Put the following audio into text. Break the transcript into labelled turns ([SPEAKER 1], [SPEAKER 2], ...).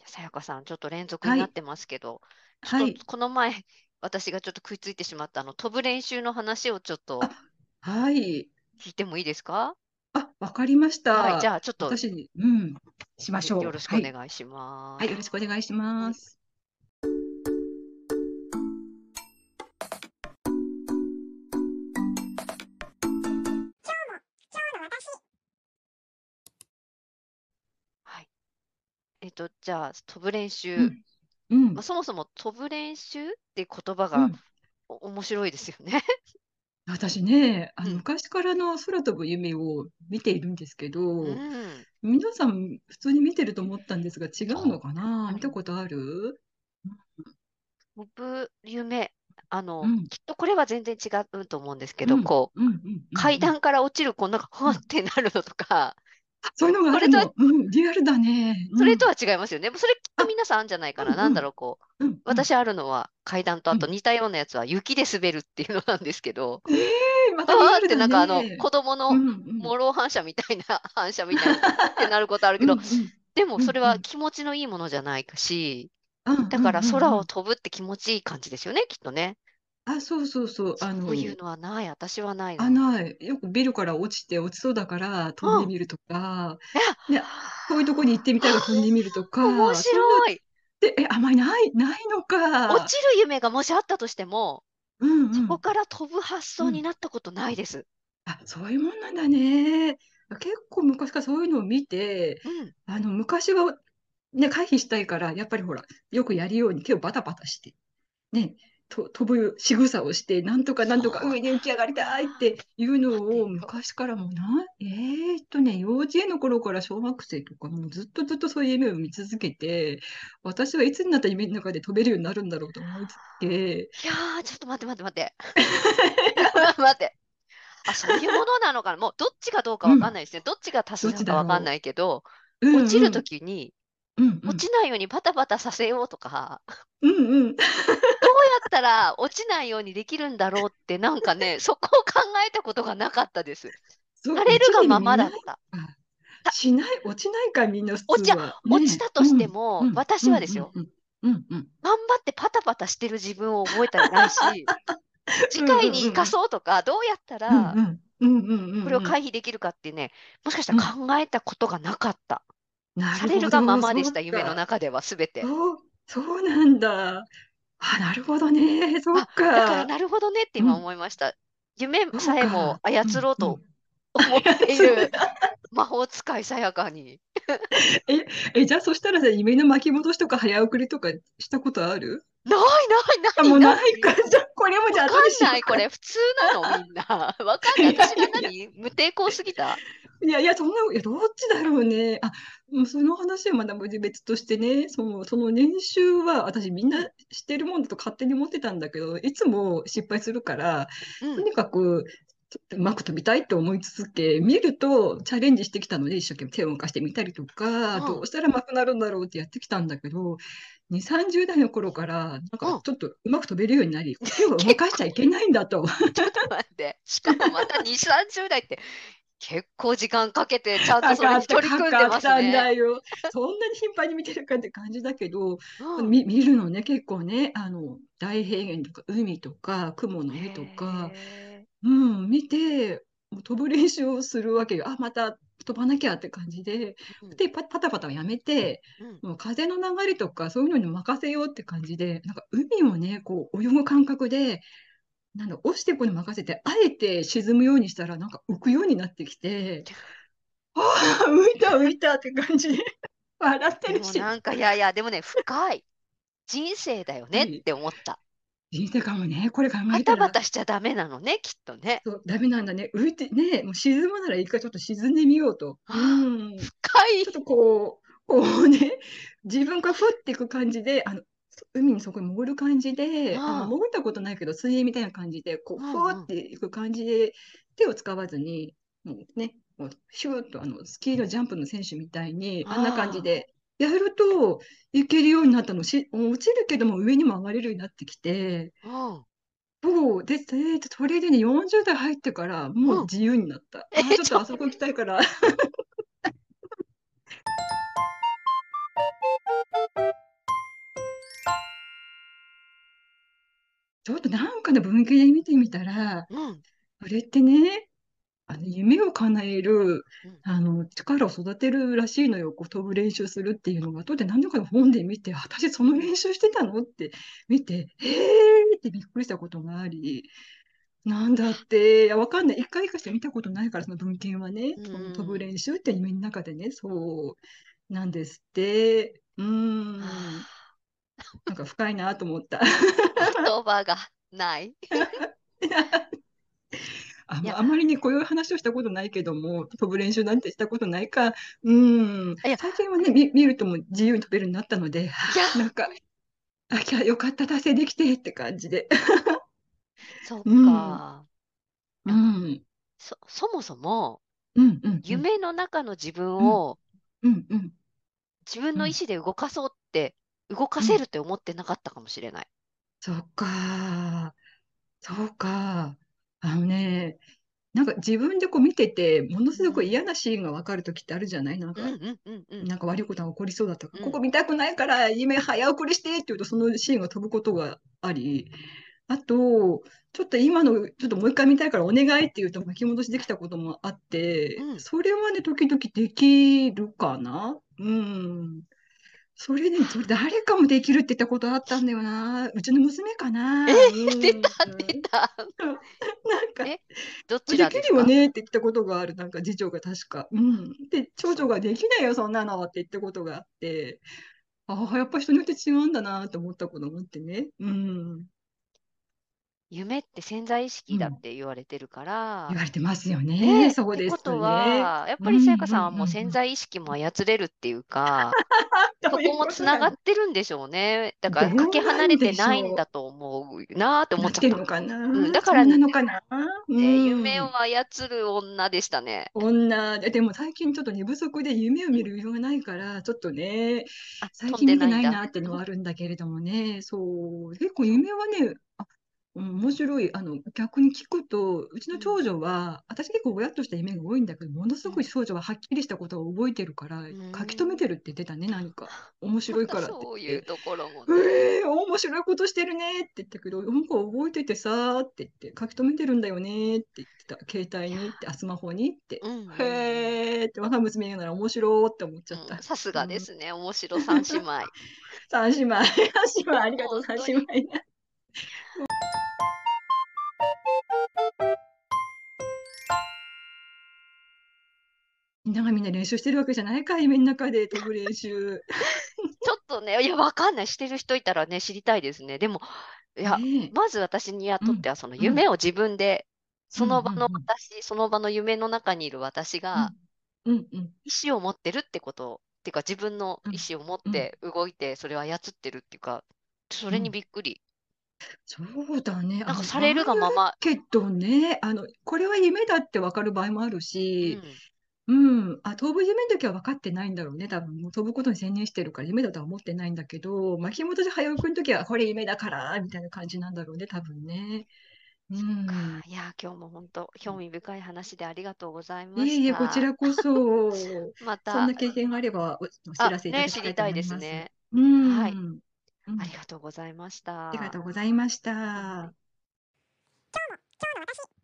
[SPEAKER 1] さやかさん、ちょっと連続に
[SPEAKER 2] はい、
[SPEAKER 1] なってますけど、ちょっと
[SPEAKER 2] はい。
[SPEAKER 1] この前、私がちょっと食いついてしまった飛ぶ練習の話をちょっと
[SPEAKER 2] あ、はい。
[SPEAKER 1] 聞いてもいいですか？
[SPEAKER 2] あ、わかりまし
[SPEAKER 1] はい、じ
[SPEAKER 2] た。
[SPEAKER 1] ゃあちょっと
[SPEAKER 2] 私、うん、しましょう。
[SPEAKER 1] よろしくお
[SPEAKER 2] はい。
[SPEAKER 1] 願いしま
[SPEAKER 2] はい、よろ
[SPEAKER 1] す。
[SPEAKER 2] しくお願いし
[SPEAKER 1] はい。
[SPEAKER 2] ます。
[SPEAKER 1] はい。じゃあ飛ぶ練習。
[SPEAKER 2] うん、うん、
[SPEAKER 1] そもそも飛ぶ練習って言葉が
[SPEAKER 2] うん。
[SPEAKER 1] 面白いですよね。
[SPEAKER 2] 私ね、
[SPEAKER 1] うん。
[SPEAKER 2] 昔からの空飛ぶ夢を見ているんですけ
[SPEAKER 1] う
[SPEAKER 2] ど、
[SPEAKER 1] ん。
[SPEAKER 2] 皆さん普通に見てると思ったんですが、違うのかな？見た
[SPEAKER 1] うん。
[SPEAKER 2] ことある？
[SPEAKER 1] 飛ぶ夢。
[SPEAKER 2] うん、
[SPEAKER 1] きっとこれは全然違うと思うんですけど、
[SPEAKER 2] うん、うん、うん、うん、
[SPEAKER 1] 階
[SPEAKER 2] うん。
[SPEAKER 1] 段から落ちる、なんか、は
[SPEAKER 2] うん
[SPEAKER 1] ってなるのとか、
[SPEAKER 2] そういうのがあ
[SPEAKER 1] それとは
[SPEAKER 2] るの。うん、リアルだね。うん。
[SPEAKER 1] それとは違いますよね。それきっと
[SPEAKER 2] あ、
[SPEAKER 1] 皆さんあるんじゃないかな。
[SPEAKER 2] うん、うん、うん、うん。
[SPEAKER 1] 私あるのは階段とあと
[SPEAKER 2] うん。
[SPEAKER 1] 似たようなやつは雪で滑るっていうのなんですけど、
[SPEAKER 2] ええ、ま
[SPEAKER 1] あ
[SPEAKER 2] たリア
[SPEAKER 1] ーって
[SPEAKER 2] ルだね。
[SPEAKER 1] 子供の
[SPEAKER 2] うんうん。
[SPEAKER 1] 朦朧反射みたいな反射みたいな、ってなることあるけど、
[SPEAKER 2] うんうん。
[SPEAKER 1] でもそれ
[SPEAKER 2] うんうん。
[SPEAKER 1] は気持ちのいいものじゃないし、
[SPEAKER 2] うんうん
[SPEAKER 1] だから
[SPEAKER 2] うんうん。
[SPEAKER 1] 空を飛ぶって気持ちいい感じですよね、きっとね。
[SPEAKER 2] あ、そうそうそう。
[SPEAKER 1] そういうのはない、私はないな。
[SPEAKER 2] ない。よくビルから落ちそうだから飛ん
[SPEAKER 1] うん。
[SPEAKER 2] でみるとか、
[SPEAKER 1] いや、
[SPEAKER 2] ね、こういうとこに行ってみたいから飛んでみると
[SPEAKER 1] 面
[SPEAKER 2] か、そういうのっ
[SPEAKER 1] 白い。
[SPEAKER 2] て、あまりないのか。
[SPEAKER 1] 落ちる夢がもしあったとしても、
[SPEAKER 2] うん
[SPEAKER 1] そ
[SPEAKER 2] うん。
[SPEAKER 1] こから飛ぶ発
[SPEAKER 2] うん。
[SPEAKER 1] 想になったことないです。
[SPEAKER 2] あ、そういうもんなんだね。結構昔からそういうのを見て、
[SPEAKER 1] うん。
[SPEAKER 2] 昔はね、回避したいから、やっぱりほら、よくやるように手をバタバタして、ね、飛ぶ仕草をして、なんとか
[SPEAKER 1] そうな
[SPEAKER 2] 上に浮き上がりたいっ
[SPEAKER 1] んだ。
[SPEAKER 2] ていうのを
[SPEAKER 1] 待てよ。
[SPEAKER 2] 昔からも幼稚園の頃から小学生とかもうずっとずっとそういう夢を見続けて、私はいつになったら夢の中で飛べるようになるんだろうと思いつつけ、
[SPEAKER 1] いやー、ちょっと待って待って待って。待って。あ、そういうものなのかな。もう、どっちがどうかわかん
[SPEAKER 2] うん、
[SPEAKER 1] ないですね。どっちが多
[SPEAKER 2] どっち
[SPEAKER 1] 数派かわかんな
[SPEAKER 2] だろ
[SPEAKER 1] いけど、
[SPEAKER 2] う。う
[SPEAKER 1] 落ちると
[SPEAKER 2] んうん、
[SPEAKER 1] きに、
[SPEAKER 2] うんうん、
[SPEAKER 1] 落ちないようにパタパタさせようとか、
[SPEAKER 2] うんうん。
[SPEAKER 1] どうやったら落ちないようにできるんだろうって、なんかね、そこを考えたことがなかったです。
[SPEAKER 2] そう、
[SPEAKER 1] され
[SPEAKER 2] 落ちる
[SPEAKER 1] るがま
[SPEAKER 2] 夢見ない
[SPEAKER 1] まだった。
[SPEAKER 2] か。
[SPEAKER 1] た
[SPEAKER 2] 落ちないか、みんな普通
[SPEAKER 1] 落ち、
[SPEAKER 2] は。
[SPEAKER 1] 落ち
[SPEAKER 2] ねえ。
[SPEAKER 1] たとして
[SPEAKER 2] うん、う
[SPEAKER 1] も、
[SPEAKER 2] ん、うん、うん、
[SPEAKER 1] 私はですよ、
[SPEAKER 2] うん、うん、うん、
[SPEAKER 1] 頑張ってパタパタしてる自分を覚えたりないし、次
[SPEAKER 2] うん、うん、
[SPEAKER 1] 回に生か
[SPEAKER 2] うん、
[SPEAKER 1] そうとか、どうやった
[SPEAKER 2] うん、
[SPEAKER 1] ら
[SPEAKER 2] うん、うん、うん、うん、
[SPEAKER 1] これを
[SPEAKER 2] うん、
[SPEAKER 1] 回避できるかってね、もしかした
[SPEAKER 2] うん。
[SPEAKER 1] ら考えたことがなかった。
[SPEAKER 2] な
[SPEAKER 1] されるがま
[SPEAKER 2] るほど、そ
[SPEAKER 1] までした、夢の
[SPEAKER 2] うか。
[SPEAKER 1] 中ではすべて。
[SPEAKER 2] そうなんだ。あ、なるほどね。そ
[SPEAKER 1] あ、
[SPEAKER 2] っ
[SPEAKER 1] だから
[SPEAKER 2] か。
[SPEAKER 1] なるほどねって今
[SPEAKER 2] うん、
[SPEAKER 1] 思いました。夢
[SPEAKER 2] そう
[SPEAKER 1] さえも
[SPEAKER 2] か。うん、
[SPEAKER 1] 操ろうと
[SPEAKER 2] うん。
[SPEAKER 1] 思っている魔法使いさやかに。
[SPEAKER 2] え、じゃあそしたらさ、夢の巻き戻しとか早送りとかしたことある？
[SPEAKER 1] ないない
[SPEAKER 2] あ、もう
[SPEAKER 1] 何
[SPEAKER 2] ないか。じゃあこれもじゃあ後で
[SPEAKER 1] わかん
[SPEAKER 2] しようか。
[SPEAKER 1] ないこれ普通なのみんな。わかん
[SPEAKER 2] いや
[SPEAKER 1] ない。私が
[SPEAKER 2] いやいや。
[SPEAKER 1] 無抵抗すぎた？
[SPEAKER 2] どっちだろうね。もうその話はまだ別としてね、その年収は私みんな
[SPEAKER 1] うん、
[SPEAKER 2] 知ってるもんだと勝手に思ってたんだけど、いつも失敗するから、
[SPEAKER 1] うん。
[SPEAKER 2] とにかくうまく飛びたいって思い続け、見るとチャレンジしてきたので、一生懸命手を動かしてみたりとか、ど
[SPEAKER 1] うん、
[SPEAKER 2] うしたらうまくなるんだろうってやってきたんだけど、2、30代の頃から、なんか
[SPEAKER 1] うん。
[SPEAKER 2] ちょっとうまく飛べるようになり、手を動
[SPEAKER 1] 結構、
[SPEAKER 2] かしちゃいけないんだと。
[SPEAKER 1] ちょっと待って。しかもまた2、30代って結構時間かけてちゃんとそれに取り組んで
[SPEAKER 2] かったん
[SPEAKER 1] ますね。
[SPEAKER 2] だよ。そんなに頻繁に見てるかって感じだけど、
[SPEAKER 1] うん。
[SPEAKER 2] 見るのね、結構ね、大平原とか海とか雲の
[SPEAKER 1] へ
[SPEAKER 2] 上とか、
[SPEAKER 1] え。
[SPEAKER 2] うん、見て、もう飛ぶ練習をするわけよ。あ、また飛ばなきゃって感じで、
[SPEAKER 1] うん、
[SPEAKER 2] で、パタパタをやめて、
[SPEAKER 1] うん。
[SPEAKER 2] もう風の流れとかそういうのに任せようって感じで、なんか海をね、こう泳ぐ感覚で、落ちてこに任せて、あえて沈むようにしたら、なんか浮くようになってきて、ああ、浮いたって感じで、笑って
[SPEAKER 1] で
[SPEAKER 2] るし。
[SPEAKER 1] もなんか、いやいや、でもね、深い。人生だよねっ
[SPEAKER 2] はい。
[SPEAKER 1] て思った。
[SPEAKER 2] 人生かもね、これ考
[SPEAKER 1] バタバ
[SPEAKER 2] えたら、
[SPEAKER 1] タしちゃダメなのね、きっとね。
[SPEAKER 2] そう、ダメなんだね。浮いて、ね、もう沈むなら一回ちょっと沈んでみようと。う
[SPEAKER 1] ああ、
[SPEAKER 2] ん。
[SPEAKER 1] 深い。
[SPEAKER 2] ちょっとこうね、自分からふっていく感じで、海にそこに潜る感じで、
[SPEAKER 1] うん、
[SPEAKER 2] 潜ったことないけど、水泳みたいな感じで、こう、ふ
[SPEAKER 1] うん、うん。
[SPEAKER 2] ーっていく感じで、手を使わずに、もうね、もうシューッとスキーのジャンプの選手みたいに、あんな感じ
[SPEAKER 1] あ
[SPEAKER 2] で、やるといけるようになったの落ちるけども上にも上がれるようになってきて、
[SPEAKER 1] あ、
[SPEAKER 2] そう、それでね、40代入ってからも
[SPEAKER 1] うん、うん。
[SPEAKER 2] う自由になった。ああ、ちょっ
[SPEAKER 1] ちょ、
[SPEAKER 2] とあそこ行きたいから。 ちょっとなんかの文献で見てみたら、
[SPEAKER 1] うん。
[SPEAKER 2] それってね、夢を叶える、
[SPEAKER 1] うん。
[SPEAKER 2] 力を育てるらしいのよ。こう飛ぶ練習するっていうのが、後で何度かの本で見て、私その
[SPEAKER 1] うん。
[SPEAKER 2] 練習してたのって見て、ってびっくりしたことがあり、なんだって、いや、わかんない。一回しか見たことないから、その文献はね、
[SPEAKER 1] う
[SPEAKER 2] その飛ぶ
[SPEAKER 1] ん。
[SPEAKER 2] 練習って夢の中でね、そうなんですって。
[SPEAKER 1] は
[SPEAKER 2] なんか深いなと思った。
[SPEAKER 1] あ、言葉がない。いや、
[SPEAKER 2] あまりにこういう話をしたことないけども、飛ぶ練習なんてしたことないか。
[SPEAKER 1] いや、
[SPEAKER 2] 最近はね、見るとも自由に飛べるようになったので、
[SPEAKER 1] いや、
[SPEAKER 2] なんか、よかった、達成できてって感じで。
[SPEAKER 1] そっ
[SPEAKER 2] うん、
[SPEAKER 1] か。い
[SPEAKER 2] う
[SPEAKER 1] や、
[SPEAKER 2] ん、
[SPEAKER 1] そもそも、
[SPEAKER 2] うん、うん、うん、
[SPEAKER 1] 夢の中の自分
[SPEAKER 2] うん、
[SPEAKER 1] を
[SPEAKER 2] うん、うん、
[SPEAKER 1] 自分
[SPEAKER 2] うん、
[SPEAKER 1] の意思で動かそうって、動か
[SPEAKER 2] うん。
[SPEAKER 1] せるって思ってなかったかもしれない。
[SPEAKER 2] そっか、そうか。あのね、なんか自分でこう見てて、ものすごく
[SPEAKER 1] うん。
[SPEAKER 2] 嫌なシーンがわかるときってあるじゃないなんか、
[SPEAKER 1] うんうんうんうん。
[SPEAKER 2] なんか悪いことが起こりそうだとか、
[SPEAKER 1] うん。
[SPEAKER 2] ここ見たくないから夢早送りしてって言うと、そのシーンが飛ぶことがあり、あと、ちょっと今の、ちょっともう一回見たいからお願いって言うと巻き戻しできたこともあって、
[SPEAKER 1] うん。
[SPEAKER 2] それはね、時々できるかな。それ誰かもできるって言ったことあったんだよな。うちの娘か
[SPEAKER 1] えー、
[SPEAKER 2] な。
[SPEAKER 1] 出た出た。
[SPEAKER 2] なんか、
[SPEAKER 1] え、どち
[SPEAKER 2] できるよ
[SPEAKER 1] らですか？
[SPEAKER 2] ねって言ったことがある、なんか次女が確か。で、長女が
[SPEAKER 1] そう。
[SPEAKER 2] できないよ、そんなのって言ったことがあって、ああ、やっぱ人によって違うんだなと思ったこともあってね。
[SPEAKER 1] 夢って潜在意識だっ
[SPEAKER 2] うん。
[SPEAKER 1] て言われてるから、
[SPEAKER 2] 言われてますよね。
[SPEAKER 1] ねえ、っ
[SPEAKER 2] そうです
[SPEAKER 1] てこと
[SPEAKER 2] ね。
[SPEAKER 1] は、やっぱりさや
[SPEAKER 2] うんうん
[SPEAKER 1] かさんはもう潜
[SPEAKER 2] うんうん。
[SPEAKER 1] 在意識も操れるっていうか、
[SPEAKER 2] どういう
[SPEAKER 1] そこもつながっ
[SPEAKER 2] ことなの？
[SPEAKER 1] てるんでしょうね。だか
[SPEAKER 2] ど
[SPEAKER 1] ら、かけ
[SPEAKER 2] うな
[SPEAKER 1] 離れて
[SPEAKER 2] んでし
[SPEAKER 1] ないんだ
[SPEAKER 2] ょ
[SPEAKER 1] と思うなーって
[SPEAKER 2] う。なってん
[SPEAKER 1] 思っちゃった。
[SPEAKER 2] のかな？
[SPEAKER 1] うん、だから
[SPEAKER 2] そうな
[SPEAKER 1] ね、
[SPEAKER 2] のかな？
[SPEAKER 1] 夢を操る女でしたね。
[SPEAKER 2] でも最近ちょっと寝不足で夢を
[SPEAKER 1] うん。
[SPEAKER 2] 見る余裕がないから、ちょっとね、
[SPEAKER 1] あ、飛ん
[SPEAKER 2] 最近見て
[SPEAKER 1] でないんだ。
[SPEAKER 2] ないなっていうのはあるんだけれどもね、そう、結構
[SPEAKER 1] そう。
[SPEAKER 2] 夢はね、面白い。逆に聞くと、うち
[SPEAKER 1] うん。
[SPEAKER 2] の長女は、私結構ぼやっとした夢が多いんだけど、ものすごい
[SPEAKER 1] うん。
[SPEAKER 2] 長女ははっきりしたことを覚えてるから、
[SPEAKER 1] う
[SPEAKER 2] 書き留め
[SPEAKER 1] ーん。
[SPEAKER 2] てるって言ってたね、何か。面白いからって
[SPEAKER 1] そうい
[SPEAKER 2] 言って。
[SPEAKER 1] うところもね。
[SPEAKER 2] 面白いことしてるねって言ったけど、なんか覚えててさーって言って、書き留めてるんだよねって言ってた。携
[SPEAKER 1] いや
[SPEAKER 2] 帯にって、スマホにって。
[SPEAKER 1] ー、うんうん
[SPEAKER 2] へーって、我が娘言うなら面白いって思っちゃっ
[SPEAKER 1] うん。
[SPEAKER 2] た。
[SPEAKER 1] さす
[SPEAKER 2] うん。
[SPEAKER 1] がですね。面白三姉妹。
[SPEAKER 2] 三姉妹。三姉妹、ありがとう、三
[SPEAKER 1] 本当に。
[SPEAKER 2] 姉妹。みんながみんな練習してるわけじゃないか、夢の中で飛ぶ練習。
[SPEAKER 1] ちょっとね、いや、わかんない。してる人いたらね、知りたいですね。でも、いや、
[SPEAKER 2] ねえ。
[SPEAKER 1] まず私に
[SPEAKER 2] うん、
[SPEAKER 1] とっては、その
[SPEAKER 2] うん、
[SPEAKER 1] 夢を自分で、
[SPEAKER 2] うん、うん、
[SPEAKER 1] その場の
[SPEAKER 2] うん、
[SPEAKER 1] 私、その場の夢の中にいる私が、
[SPEAKER 2] うん、うん、うん、
[SPEAKER 1] 意思を持ってるってこと、っていうか、自分の
[SPEAKER 2] うん、
[SPEAKER 1] 意思を持っ
[SPEAKER 2] うん、
[SPEAKER 1] て動いて、それを操ってるっていうか、それに
[SPEAKER 2] うん。
[SPEAKER 1] びっくり。
[SPEAKER 2] そうだね。
[SPEAKER 1] なんかさ
[SPEAKER 2] 場合ある
[SPEAKER 1] れるがまま、
[SPEAKER 2] けどね、これは夢だってわかる場合もあるし、
[SPEAKER 1] うん。
[SPEAKER 2] 飛ぶ夢の時は分かってないんだろうね。多分、もう飛ぶことに専念してるから夢だとは思ってないんだけど、巻き戻し早送りの時はこれ夢だから、みたいな感じなんだろうね、多分ね。う
[SPEAKER 1] そっか。
[SPEAKER 2] ん。
[SPEAKER 1] いや、今日も本当、興味深い話でありがとうございま
[SPEAKER 2] いえいえ、こち
[SPEAKER 1] した。
[SPEAKER 2] らこそ、
[SPEAKER 1] また、
[SPEAKER 2] そんな経験があればお知
[SPEAKER 1] あ、
[SPEAKER 2] らせいた
[SPEAKER 1] ね、
[SPEAKER 2] だきたいと
[SPEAKER 1] 知りたい
[SPEAKER 2] 思います。
[SPEAKER 1] ですね。はい。
[SPEAKER 2] うん。
[SPEAKER 1] ありがとうございまし
[SPEAKER 2] ありが
[SPEAKER 1] た。
[SPEAKER 2] とうございまし
[SPEAKER 1] はい。
[SPEAKER 2] た。